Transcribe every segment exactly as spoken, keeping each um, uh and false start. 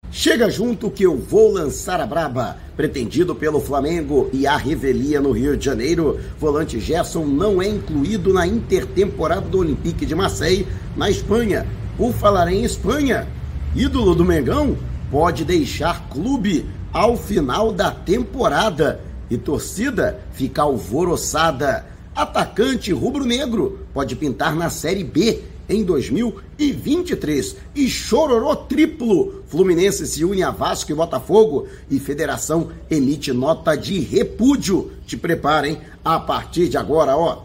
Chega junto que eu vou lançar a braba. Pretendido pelo Flamengo e a revelia no Rio de Janeiro, volante Gerson não é incluído na intertemporada do Olympique de Marseille, na Espanha. Por falar em Espanha, ídolo do Mengão pode deixar clube ao final da temporada e torcida fica alvoroçada. Atacante rubro-negro pode pintar na Série B em dois mil e vinte e três. E chororô triplo. Fluminense se une a Vasco e Botafogo e Federação emite nota de repúdio. Te preparem, a partir de agora, ó,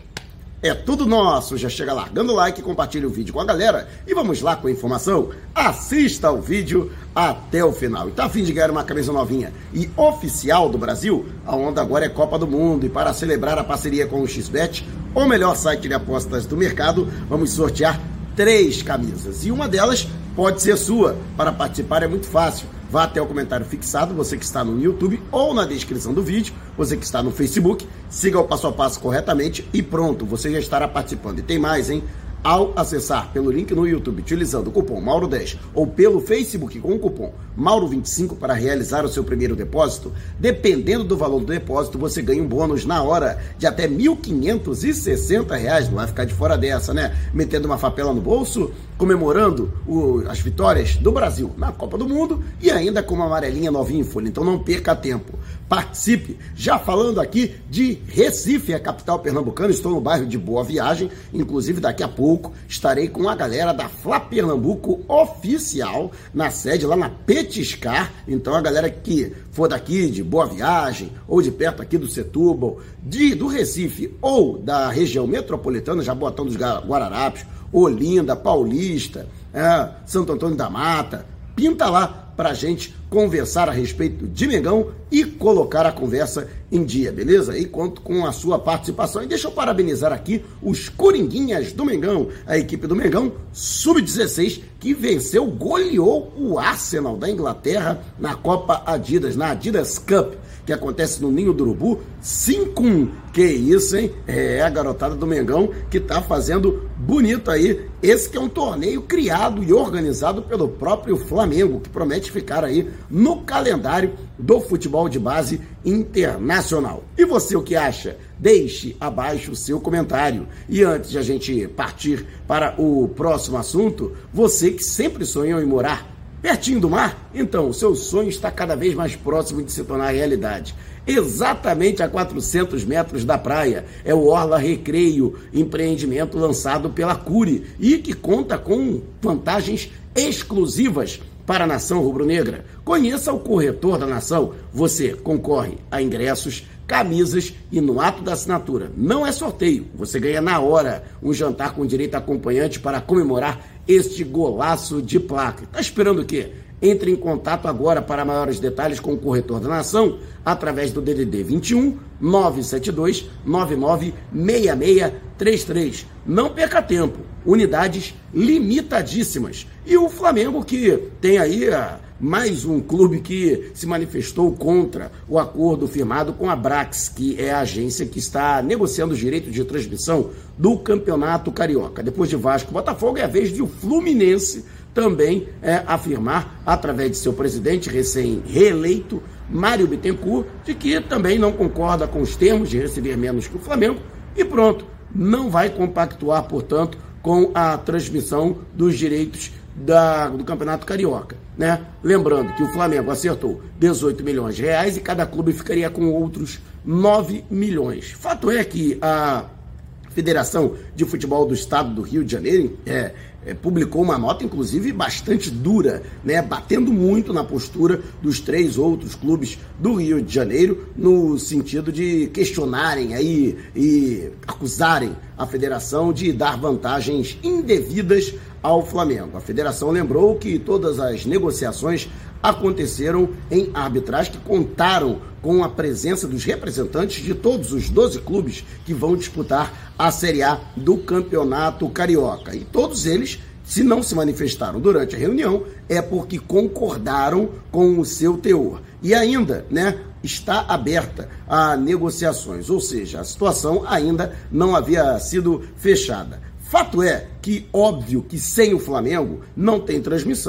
é tudo nosso. Já chega largando o like, compartilha o vídeo com a galera e vamos lá com a informação. Assista o vídeo até o final. E tá a fim de ganhar uma camisa novinha e oficial do Brasil? A onda agora é Copa do Mundo e para celebrar a parceria com o X Bet, o melhor site de apostas do mercado, vamos sortear três camisas e uma delas pode ser sua. Para participar é muito fácil. Vá até o comentário fixado, você que está no YouTube, ou na descrição do vídeo, você que está no Facebook, siga o passo a passo corretamente e pronto, você já estará participando. E tem mais, hein? Ao acessar pelo link no YouTube utilizando o cupom Mauro dez ou pelo Facebook com o cupom Mauro vinte e cinco para realizar o seu primeiro depósito, dependendo do valor do depósito, você ganha um bônus na hora de até mil quinhentos e sessenta reais. Não vai ficar de fora dessa, né? Metendo uma favela no bolso, comemorando o, as vitórias do Brasil na Copa do Mundo e ainda com uma amarelinha novinha em folha. Então não perca tempo. Participe. Já falando aqui de Recife, a capital pernambucana, estou no bairro de Boa Viagem, inclusive daqui a pouco estarei com a galera da Fla Pernambuco oficial na sede lá na Petiscar. Então a galera que for daqui de Boa Viagem ou de perto aqui do Setúbal, de, do Recife ou da região metropolitana, Jaboatão dos Guararapes, Olinda, Paulista, é, Santo Antônio da Mata, pinta lá pra gente conversar a respeito de Mengão e colocar a conversa em dia, beleza? E conto com a sua participação. E deixa eu parabenizar aqui os Coringuinhas do Mengão, a equipe do Mengão sub dezesseis, que venceu, goleou o Arsenal da Inglaterra na Copa Adidas, na Adidas Cup, que acontece no Ninho do Urubu, cinco a um. Que isso, hein? É a garotada do Mengão que tá fazendo bonito aí. Esse que é um torneio criado e organizado pelo próprio Flamengo, que promete ficar aí no calendário do futebol de base internacional. E você, o que acha? Deixe abaixo o seu comentário. E antes de a gente partir para o próximo assunto, você que sempre sonhou em morar pertinho do mar, então o seu sonho está cada vez mais próximo de se tornar realidade. Exatamente a quatrocentos metros da praia é o Orla Recreio, empreendimento lançado pela Cury e que conta com vantagens exclusivas para a nação rubro-negra. Conheça o corretor da nação. Você concorre a ingressos, camisas e no ato da assinatura. Não é sorteio, você ganha na hora um jantar com direito a acompanhante para comemorar este golaço de placa. Tá esperando o quê? Entre em contato agora para maiores detalhes com o corretor da nação através do D D D vinte e um, nove sete dois, nove nove seis seis três três. Não perca tempo, unidades limitadíssimas. E o Flamengo, que tem aí a mais um clube que se manifestou contra o acordo firmado com a Brax, que é a agência que está negociando os direitos de transmissão do Campeonato Carioca. Depois de Vasco e Botafogo, é a vez de o Fluminense também é, afirmar, através de seu presidente recém-reeleito, Mário Bittencourt, de que também não concorda com os termos de receber menos que o Flamengo e pronto, não vai compactuar, portanto, com a transmissão dos direitos Da, do Campeonato Carioca, né? Lembrando que o Flamengo acertou dezoito milhões de reais e cada clube ficaria com outros nove milhões. Fato é que a Federação de Futebol do Estado do Rio de Janeiro é, é, publicou uma nota, inclusive, bastante dura, né? Batendo muito na postura dos três outros clubes do Rio de Janeiro, no sentido de questionarem aí e acusarem a federação de dar vantagens indevidas ao Flamengo. A federação lembrou que todas as negociações aconteceram em arbitragem que contaram com a presença dos representantes de todos os doze clubes que vão disputar a Série A do Campeonato Carioca. E todos eles, se não se manifestaram durante a reunião, é porque concordaram com o seu teor. E ainda, né, está aberta a negociações, ou seja, a situação ainda não havia sido fechada. Fato é que, óbvio, que sem o Flamengo não tem transmissão.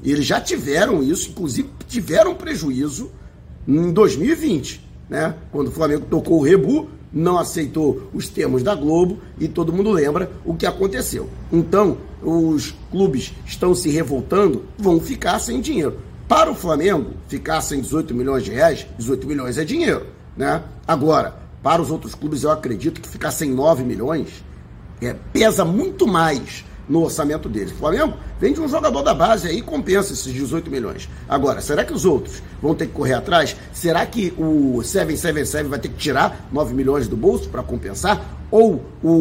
E eles já tiveram isso, inclusive tiveram prejuízo em dois mil e vinte, né? Quando o Flamengo tocou o rebu, não aceitou os termos da Globo e todo mundo lembra o que aconteceu. Então, os clubes estão se revoltando, vão ficar sem dinheiro. Para o Flamengo, ficar sem dezoito milhões de reais, dezoito milhões é dinheiro, né? Agora, para os outros clubes, eu acredito que ficar sem nove milhões é, pesa muito mais no orçamento deles. O Flamengo vende um jogador da base aí e compensa esses dezoito milhões. Agora, será que os outros vão ter que correr atrás? Será que o sete sete sete vai ter que tirar nove milhões do bolso para compensar? Ou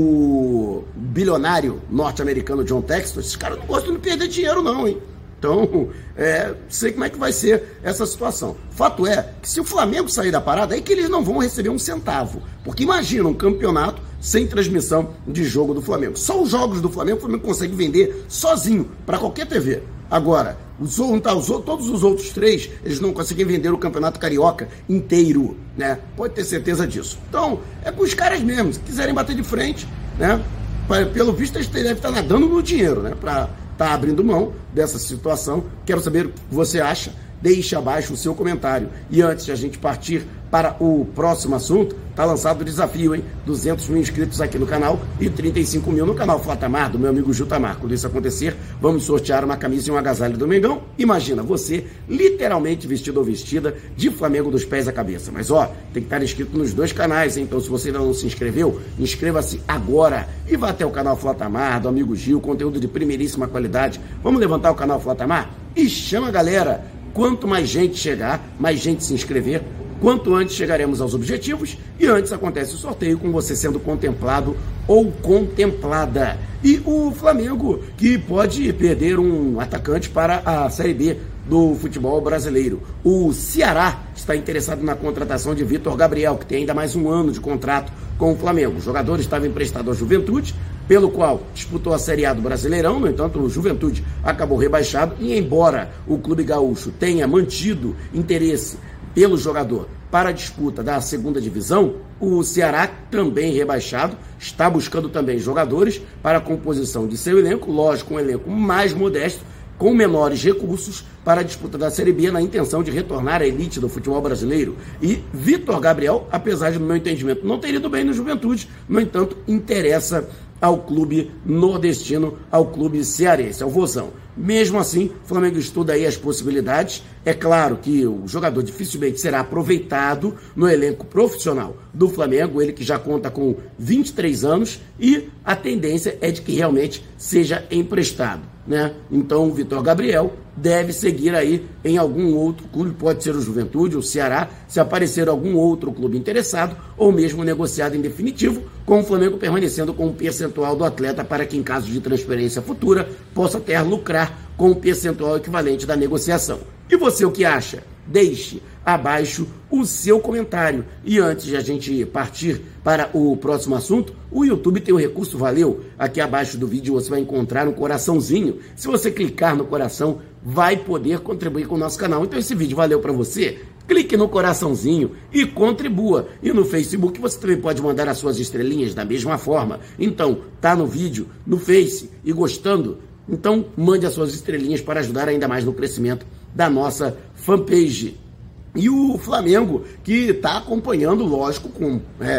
o bilionário norte-americano John Textor? Esses caras não gostam de perder dinheiro não, hein? Então, é, sei como é que vai ser essa situação. Fato é que se o Flamengo sair da parada, é que eles não vão receber um centavo. Porque imagina um campeonato sem transmissão de jogo do Flamengo. Só os jogos do Flamengo o Flamengo consegue vender sozinho para qualquer T V. Agora, os, os, todos os outros três, eles não conseguem vender o Campeonato Carioca inteiro, né? Pode ter certeza disso. Então, é com os caras mesmo. Se quiserem bater de frente, né? Pelo visto, eles devem estar nadando no dinheiro, né? Para está abrindo mão dessa situação. Quero saber o que você acha. Deixe abaixo o seu comentário. E antes de a gente partir para o próximo assunto, está lançado o desafio, hein? duzentos mil inscritos aqui no canal e trinta e cinco mil no canal Flatamar, do meu amigo Jutamar. Quando isso acontecer, vamos sortear uma camisa e um agasalho do Mengão. Imagina você, literalmente vestido ou vestida, de Flamengo dos pés à cabeça. Mas ó, tem que estar inscrito nos dois canais, hein? Então se você ainda não se inscreveu, inscreva-se agora e vá até o canal Flatamar, do amigo Gil, conteúdo de primeiríssima qualidade. Vamos levantar o canal Flatamar e chama a galera. Quanto mais gente chegar, mais gente se inscrever, quanto antes chegaremos aos objetivos e antes acontece o sorteio com você sendo contemplado ou contemplada. E o Flamengo, que pode perder um atacante para a Série B do futebol brasileiro. O Ceará está interessado na contratação de Vitor Gabriel, que tem ainda mais um ano de contrato com o Flamengo. O jogador estava emprestado à Juventude, pelo qual disputou a Série A do Brasileirão. No entanto, o Juventude acabou rebaixado e, embora o clube gaúcho tenha mantido interesse pelo jogador para a disputa da segunda divisão, o Ceará, também rebaixado, está buscando também jogadores para a composição de seu elenco, lógico, um elenco mais modesto, com menores recursos para a disputa da Série B, na intenção de retornar à elite do futebol brasileiro. E Vitor Gabriel, apesar de, no meu entendimento, não ter ido bem no Juventude, no entanto, interessa ao clube nordestino, ao clube cearense, ao Vozão. Mesmo assim, o Flamengo estuda aí as possibilidades. É claro que o jogador dificilmente será aproveitado no elenco profissional do Flamengo, ele que já conta com vinte e três anos, e a tendência é de que realmente seja emprestado, né? Então o Vitor Gabriel deve seguir aí em algum outro clube, pode ser o Juventude, o Ceará, se aparecer algum outro clube interessado, ou mesmo negociado em definitivo, com o Flamengo permanecendo com um percentual do atleta para que, em caso de transferência futura, possa até lucrar com o percentual equivalente da negociação. E você, o que acha? Deixe abaixo o seu comentário. E antes de a gente partir para o próximo assunto, o YouTube tem um recurso Valeu. Aqui abaixo do vídeo você vai encontrar um coraçãozinho. Se você clicar no coração, vai poder contribuir com o nosso canal. Então esse vídeo valeu para você? Clique no coraçãozinho e contribua. E no Facebook você também pode mandar as suas estrelinhas da mesma forma. Então, tá no vídeo, no Face e gostando? Então, mande as suas estrelinhas para ajudar ainda mais no crescimento da nossa fanpage. E o Flamengo, que está acompanhando, lógico, com é,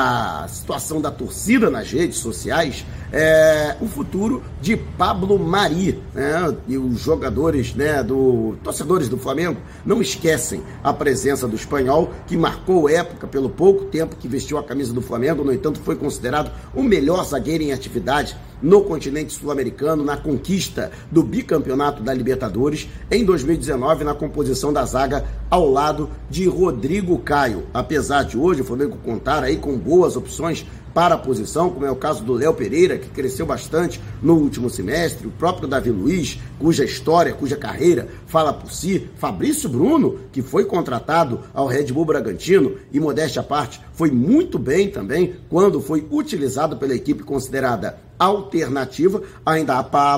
a situação da torcida nas redes sociais, é, o futuro de Pablo Mari, né? E os jogadores, né, do, torcedores do Flamengo não esquecem a presença do espanhol, que marcou época pelo pouco tempo que vestiu a camisa do Flamengo. No entanto, foi considerado o melhor zagueiro em atividade no continente sul-americano, na conquista do bicampeonato da Libertadores em dois mil e dezenove, na composição da zaga ao lado de Rodrigo Caio. Apesar de hoje o Flamengo contar aí com boas opções para a posição, como é o caso do Léo Pereira, que cresceu bastante no último semestre, o próprio Davi Luiz, cuja história, cuja carreira fala por si, Fabrício Bruno, que foi contratado ao Red Bull Bragantino e, modéstia à parte, foi muito bem também quando foi utilizado pela equipe considerada alternativa. Ainda há Pablo,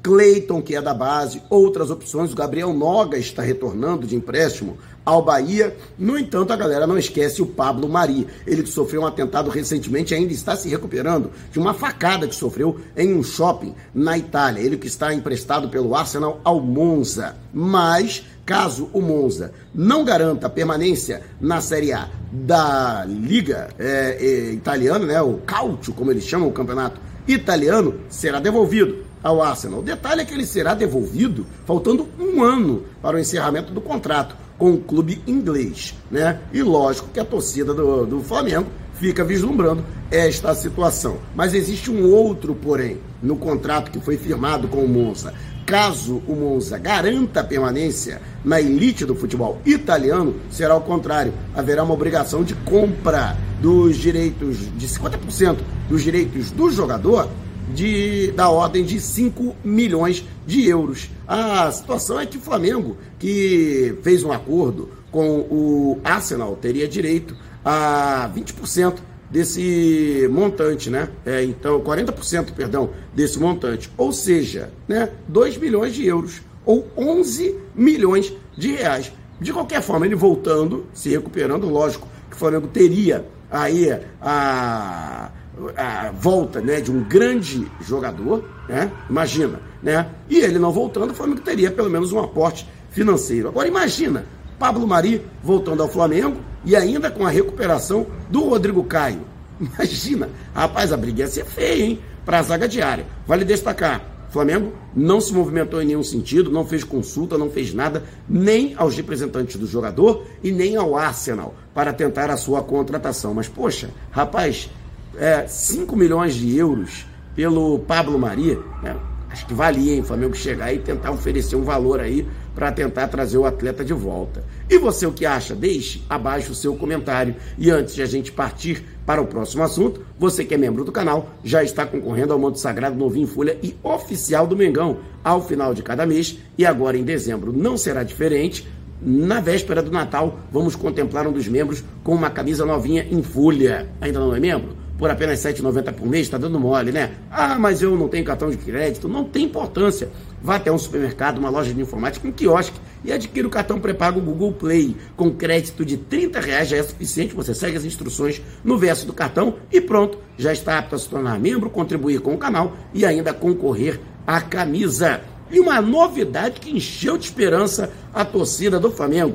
Cleiton, que é da base, outras opções. O Gabriel Noga está retornando de empréstimo ao Bahia. No entanto, a galera não esquece o Pablo Mari. Ele que sofreu um atentado recentemente ainda está se recuperando de uma facada que sofreu em um shopping na Itália. Ele que está emprestado pelo Arsenal ao Monza. Mas, caso o Monza não garanta a permanência na Série A da Liga é, é, italiana, né, o Calcio, como eles chamam o campeonato italiano, será devolvido ao Arsenal. O detalhe é que ele será devolvido faltando um ano para o encerramento do contrato com o clube inglês, né? E lógico que a torcida do, do Flamengo fica vislumbrando esta situação. Mas existe um outro porém no contrato que foi firmado com o Monza. Caso o Monza garanta a permanência na elite do futebol italiano, será o contrário. Haverá uma obrigação de compra dos direitos, de cinquenta por cento dos direitos do jogador, De, da ordem de cinco milhões de euros. A situação é que o Flamengo, que fez um acordo com o Arsenal, teria direito a vinte por cento desse montante, né? É, então, quarenta por cento, perdão, desse montante. Ou seja, né, dois milhões de euros ou onze milhões de reais. De qualquer forma, ele voltando, se recuperando, lógico que o Flamengo teria aí a... a volta, né, de um grande jogador, né, imagina, né, e ele não voltando, o Flamengo teria pelo menos um aporte financeiro. Agora imagina, Pablo Mari voltando ao Flamengo e ainda com a recuperação do Rodrigo Caio. Imagina, rapaz, a briga ia ser feia, hein, para a zaga diária. Vale destacar, o Flamengo não se movimentou em nenhum sentido, não fez consulta, não fez nada, nem aos representantes do jogador e nem ao Arsenal, para tentar a sua contratação. Mas, poxa, rapaz, É, cinco milhões de euros pelo Pablo Mari, né? Acho que valia, hein, o Flamengo chegar e tentar oferecer um valor aí para tentar trazer o atleta de volta. E você, o que acha? Deixe abaixo o seu comentário. E antes de a gente partir para o próximo assunto, você que é membro do canal já está concorrendo ao manto sagrado novinho em folha e oficial do Mengão ao final de cada mês, e agora em dezembro não será diferente. Na véspera do Natal, vamos contemplar um dos membros com uma camisa novinha em folha. Ainda não é membro? Por apenas sete reais e noventa centavos por mês, está dando mole, né? Ah, mas eu não tenho cartão de crédito. Não tem importância. Vá até um supermercado, uma loja de informática, um quiosque e adquira o cartão pré-pago Google Play. Com crédito de trinta reais já é suficiente, você segue as instruções no verso do cartão e pronto, já está apto a se tornar membro, contribuir com o canal e ainda concorrer à camisa. E uma novidade que encheu de esperança a torcida do Flamengo.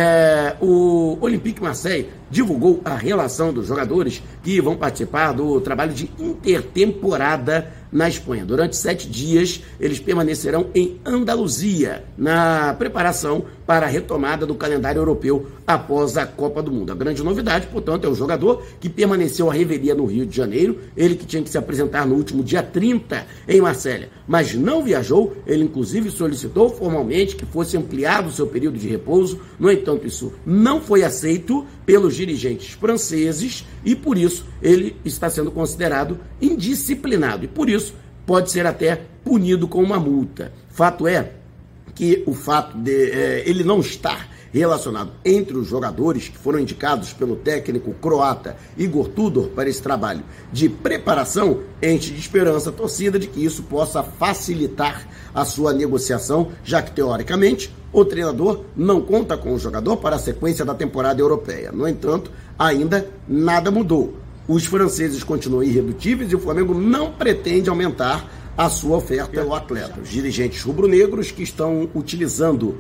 É, o Olympique Marseille divulgou a relação dos jogadores que vão participar do trabalho de intertemporada na Espanha. Durante sete dias, eles permanecerão em Andaluzia, na preparação para a retomada do calendário europeu após a Copa do Mundo. A grande novidade, portanto, é o jogador que permaneceu à revelia no Rio de Janeiro, ele que tinha que se apresentar no último dia trinta em Marselha, mas não viajou. Ele, inclusive, solicitou formalmente que fosse ampliado o seu período de repouso. No entanto, isso não foi aceito pelos dirigentes franceses e, por isso, ele está sendo considerado indisciplinado e, por isso, pode ser até punido com uma multa. Fato é que o fato de é, ele não estar relacionado entre os jogadores que foram indicados pelo técnico croata Igor Tudor para esse trabalho de preparação enche de esperança a torcida de que isso possa facilitar a sua negociação, já que, teoricamente, o treinador não conta com o jogador para a sequência da temporada europeia. No entanto, ainda nada mudou. Os franceses continuam irredutíveis e o Flamengo não pretende aumentar a sua oferta pelo atleta. Os dirigentes rubro-negros que estão utilizando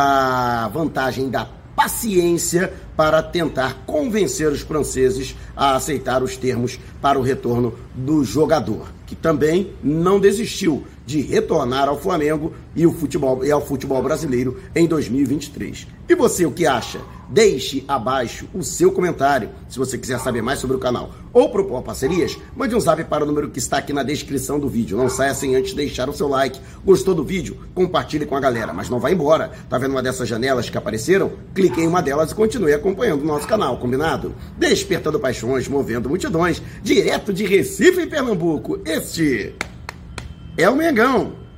a vantagem da paciência para tentar convencer os franceses a aceitar os termos para o retorno do jogador, que também não desistiu de retornar ao Flamengo e, o futebol, e ao futebol brasileiro em dois mil e vinte e três. E você, o que acha? Deixe abaixo o seu comentário. Se você quiser saber mais sobre o canal ou propor parcerias, mande um zap para o número que está aqui na descrição do vídeo. Não saia sem antes deixar o seu like. Gostou do vídeo? Compartilhe com a galera, mas não vá embora. Tá vendo uma dessas janelas que apareceram? Clique em uma delas e continue acompanhando o nosso canal, combinado? Despertando paixões, movendo multidões, direto de Recife, Pernambuco. Este é o Mengão.